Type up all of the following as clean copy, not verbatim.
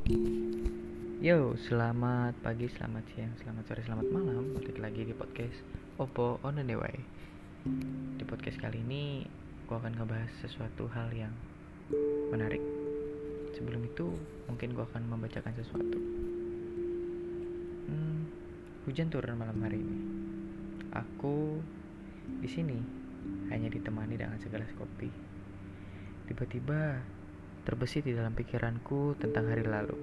Yo, selamat pagi, selamat siang, selamat sore, selamat malam. Balik lagi di podcast Oppo on the Way. Di podcast kali ini gue akan ngebahas sesuatu hal yang menarik. Sebelum itu, mungkin gue akan membacakan sesuatu. Hujan turun malam hari ini. Aku di sini hanya ditemani dengan segelas kopi. Tiba-tiba terbesit di dalam pikiranku tentang hari lalu.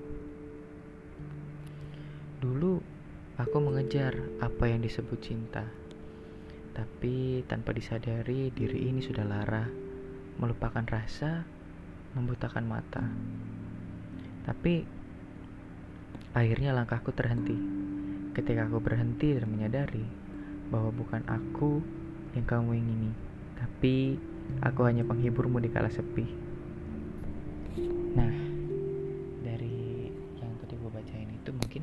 Dulu aku mengejar apa yang disebut cinta, tapi tanpa disadari diri ini sudah lara, melupakan rasa, membutakan mata. Tapi akhirnya langkahku terhenti ketika aku berhenti dan menyadari bahwa bukan aku yang kamu ingini, tapi aku hanya penghiburmu di kala sepi. Nah, dari yang tadi gue bacain itu mungkin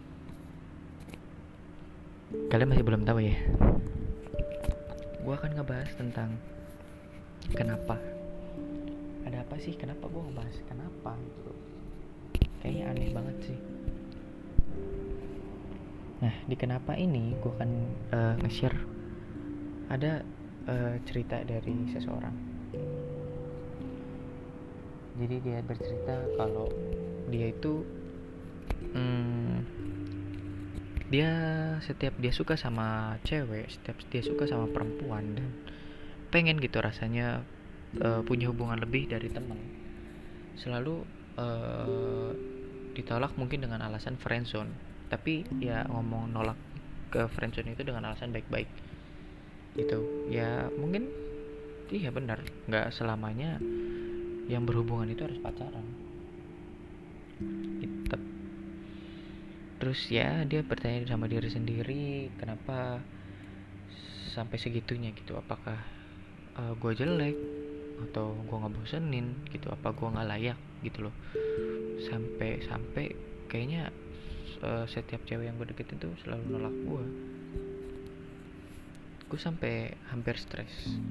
kalian masih belum tahu ya. Gue akan ngebahas tentang kenapa. Ada apa sih? Kenapa gue ngebahas kenapa gitu? Kayaknya aneh banget sih. Nah, di kenapa ini gue akan nge-share ada cerita dari seseorang. Jadi dia bercerita kalau dia itu setiap dia suka sama cewek, setiap dia suka sama perempuan dan pengen gitu rasanya punya hubungan lebih dari teman, selalu ditolak mungkin dengan alasan friendzone. Tapi ya ngomong nolak ke friendzone itu dengan alasan baik-baik gitu ya, mungkin iya benar, nggak selamanya yang berhubungan itu harus pacaran gitu. Terus ya dia bertanya sama diri sendiri, kenapa sampai segitunya gitu, apakah gue jelek atau gue ngebosenin gitu, apa gue nggak layak gitu loh, sampai kayaknya setiap cewek yang gue deketin tuh selalu nolak gue sampai hampir stres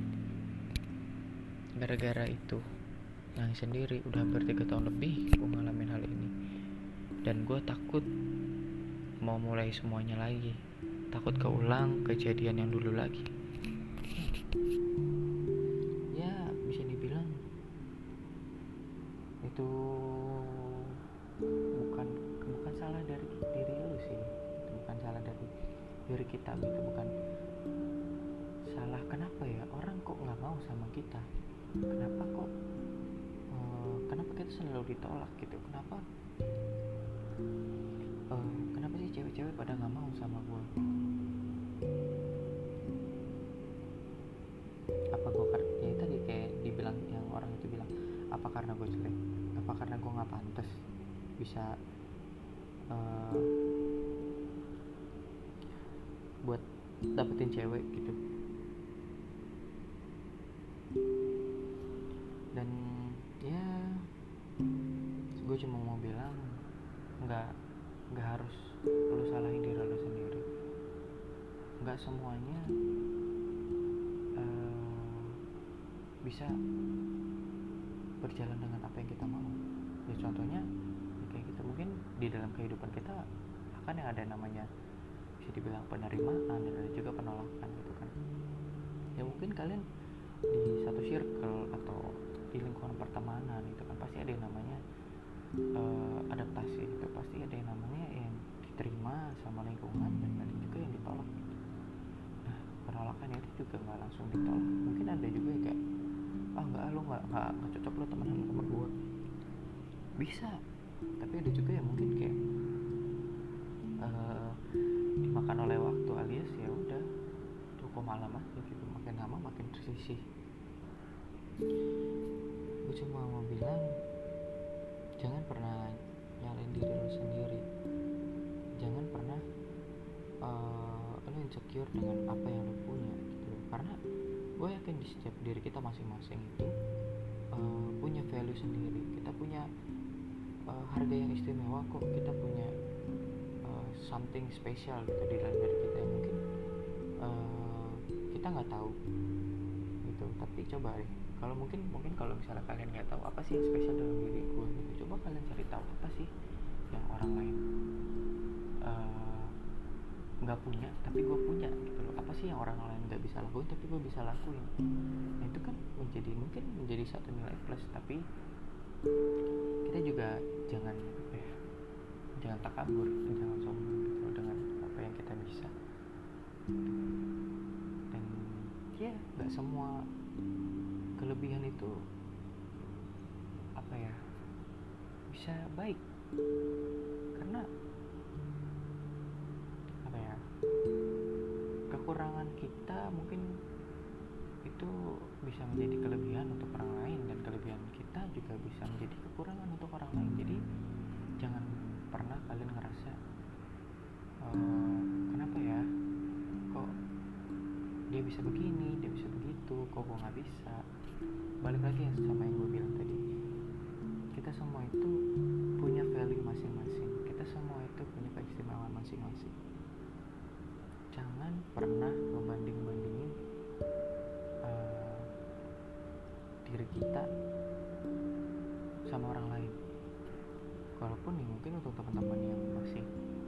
gara-gara itu, nangis sendiri. Udah hampir 3 tahun lebih gue ngalamin hal ini dan gue takut mau mulai semuanya lagi, takut keulang kejadian yang dulu lagi. Ya bisa dibilang itu bukan salah dari diri lu sih, itu bukan salah dari diri kita gitu, bukan salah kenapa ya orang kok nggak mau sama kita, kenapa kita selalu ditolak gitu, kenapa sih cewek-cewek pada nggak mau sama gue. Apa gue ya tadi kayak dibilang, yang orang itu bilang, apa karena gue jelek, apa karena gue nggak pantas bisa buat dapetin cewek gitu. Dan ya gue cuma mau bilang, nggak harus lu salahin diri lu sendiri, nggak semuanya bisa berjalan dengan apa yang kita mau. Ya contohnya ya kayak gitu, mungkin di dalam kehidupan kita akan yang ada namanya bisa dibilang penerimaan dan ada juga penolakan gitu kan. Ya mungkin kalian di satu circle atau di lingkungan pertemanan itu kan pasti ada yang namanya adaptasi gitu, pasti ada yang namanya yang diterima sama lingkungan dan ada juga yang ditolak gitu. Nah, penolakan itu juga nggak langsung ditolak, mungkin ada juga yang kayak enggak, lu nggak cocok lu temenan sama gue, bisa. Tapi ada juga yang mungkin kayak dimakan oleh waktu, alias ya udah cukup malam aja gitu, makin lama makin tersisih. Gue cuma mau bilang, jangan pernah nyalain diri lu sendiri, jangan pernah lu insecure dengan apa yang lu punya gitu. Karena gue yakin di setiap diri kita masing-masing itu punya value sendiri, kita punya harga yang istimewa kok, kita punya something special gitu di dalam diri kita yang mungkin kita nggak tahu gitu. Tapi coba deh Kalau mungkin kalau misalnya kalian nggak tahu apa sih yang spesial dalam diri gue gitu, coba kalian cari tahu apa sih yang orang lain nggak punya tapi gue punya gitu loh. Apa sih yang orang lain nggak bisa lakuin tapi gue bisa lakuin. Nah itu kan mungkin menjadi satu nilai plus. Tapi kita juga jangan takabur, jangan sombong gitu loh dengan apa yang kita bisa. Dan ya nggak semua kelebihan itu bisa baik, karena kekurangan kita mungkin itu bisa menjadi kelebihan untuk orang lain, dan kelebihan kita juga bisa menjadi kekurangan untuk orang lain. Jadi jangan pernah kalian ngerasa kenapa ya kok dia bisa begini, dia bisa begitu, kok gue nggak bisa. Balik lagi sama yang gue bilang tadi, kita semua itu punya value masing-masing, kita semua itu punya keistimewaan masing-masing. Jangan pernah membanding-bandingin diri kita sama orang lain. Walaupun nih mungkin untuk teman-teman yang masih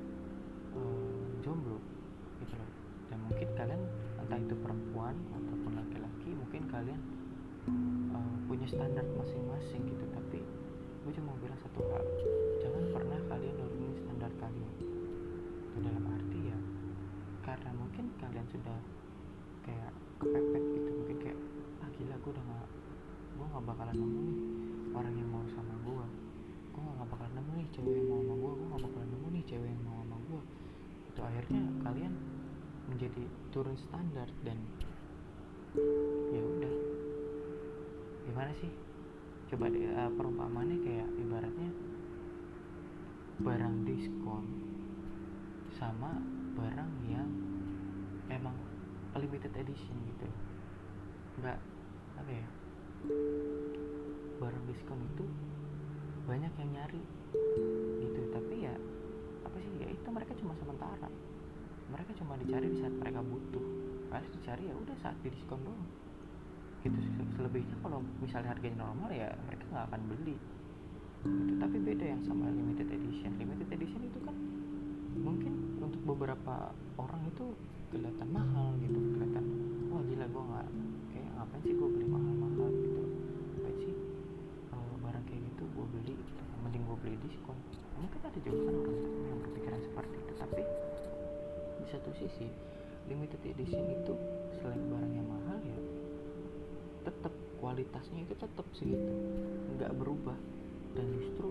jomblo gitu loh, dan mungkin kalian entah itu perempuan ataupun laki-laki, mungkin kalian punya standar masing-masing gitu. Tapi gue cuma mau bilang satu hal, jangan pernah kalian nurunin standar kalian. Itu dalam arti ya, karena mungkin kalian sudah kayak kepepet gitu, mungkin kayak gila gue gak bakalan nemu nih orang yang mau sama gue gak bakalan nemu nih cewek yang mau sama gue gak bakalan nemu nih cewek yang mau sama gue. Itu akhirnya kalian menjadi turun standar, dan ya udah, gimana sih, coba deh perumpamannya kayak ibaratnya barang diskon sama barang yang emang limited edition gitu. Enggak barang diskon itu banyak yang nyari gitu, tapi ya itu mereka cuma sementara, mereka cuma dicari di saat mereka butuh, harus dicari ya udah saat di diskon doang gitu. Selebihnya kalau misalnya harganya normal ya mereka nggak akan beli gitu. Tapi beda yang sama limited edition itu kan mungkin untuk beberapa orang itu kelihatan mahal gitu, kelihatan wah gila gue nggak, kayak ngapain sih gue beli mahal-mahal gitu, ngapain sih barang kayak gitu gue beli gitu, mending gue beli diskon. Mungkin ada juga kan orang yang berpikiran seperti itu. Tapi di satu sisi limited edition itu selain barangnya mahal ya tetap kualitasnya itu tetap segitu, nggak berubah, dan justru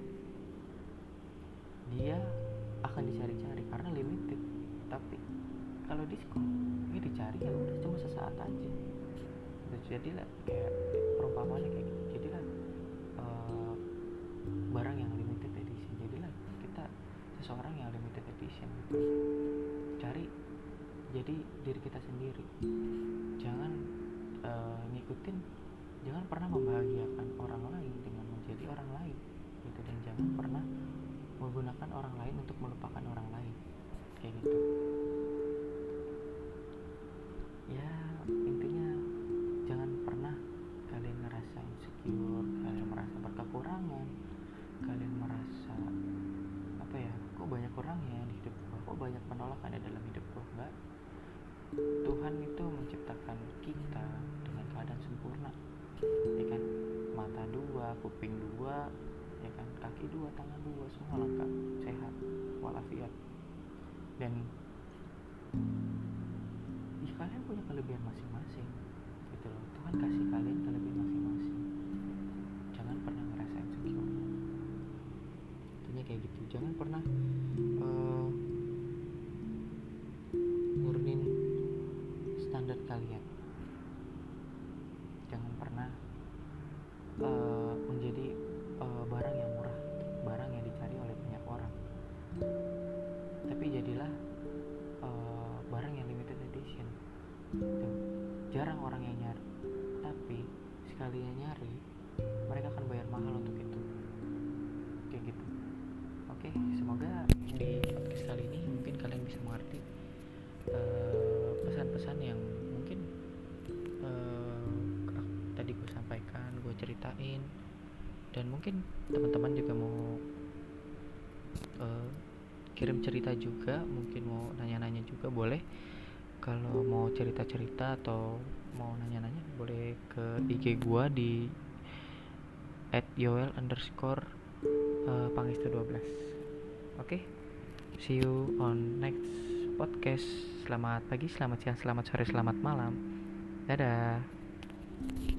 dia akan dicari-cari karena limited. Tapi kalau diskon ini dicari ya udah cuma sesaat aja. Jadilah kayak perumpamannya kayak gitu, jadilah barang yang limited edition, jadilah kita seseorang yang limited edition gitu. Cari jadi diri kita sendiri, jangan jangan pernah membahagiakan orang lain dengan menjadi orang lain gitu, dan jangan pernah menggunakan orang lain untuk melupakan orang lain kayak gitu ya. Intinya jangan pernah kalian ngerasa insecure, kalian merasa berkekurangan, kalian merasa kok banyak kurangnya di hidup gue, kok banyak penolakan dalam hidup gue. Enggak, Tuhan itu menciptakan kita dengan keadaan sempurna, ya kan, mata dua, kuping dua, ya kan, kaki dua, tangan dua, semua lengkap, sehat walafiat. Dan kalian punya kelebihan masing-masing gitu loh. Tuhan kasih kalian kelebihan masing-masing, jangan pernah ngerasa insecure. Intinya kayak gitu, jangan pernah nurunin standar kalian, jangan pernah menjadi barang yang murah, barang yang dicari oleh banyak orang. Tapi jadilah barang yang limited edition. Tuh, jarang orang yang nyari, tapi sekalinya nyari mereka akan bayar mahal untuk itu, kayak gitu. Oke, semoga di podcast kali ini mungkin kalian bisa mengerti pesan-pesan yang mungkin tadi gue sampaikan. Dan mungkin teman-teman juga mau kirim cerita juga, mungkin mau nanya-nanya juga boleh. Kalau mau cerita-cerita atau mau nanya-nanya boleh ke IG gua di @yoel_pangestu12. Oke, see you on next podcast. Selamat pagi, selamat siang, selamat sore, selamat malam. Dadah.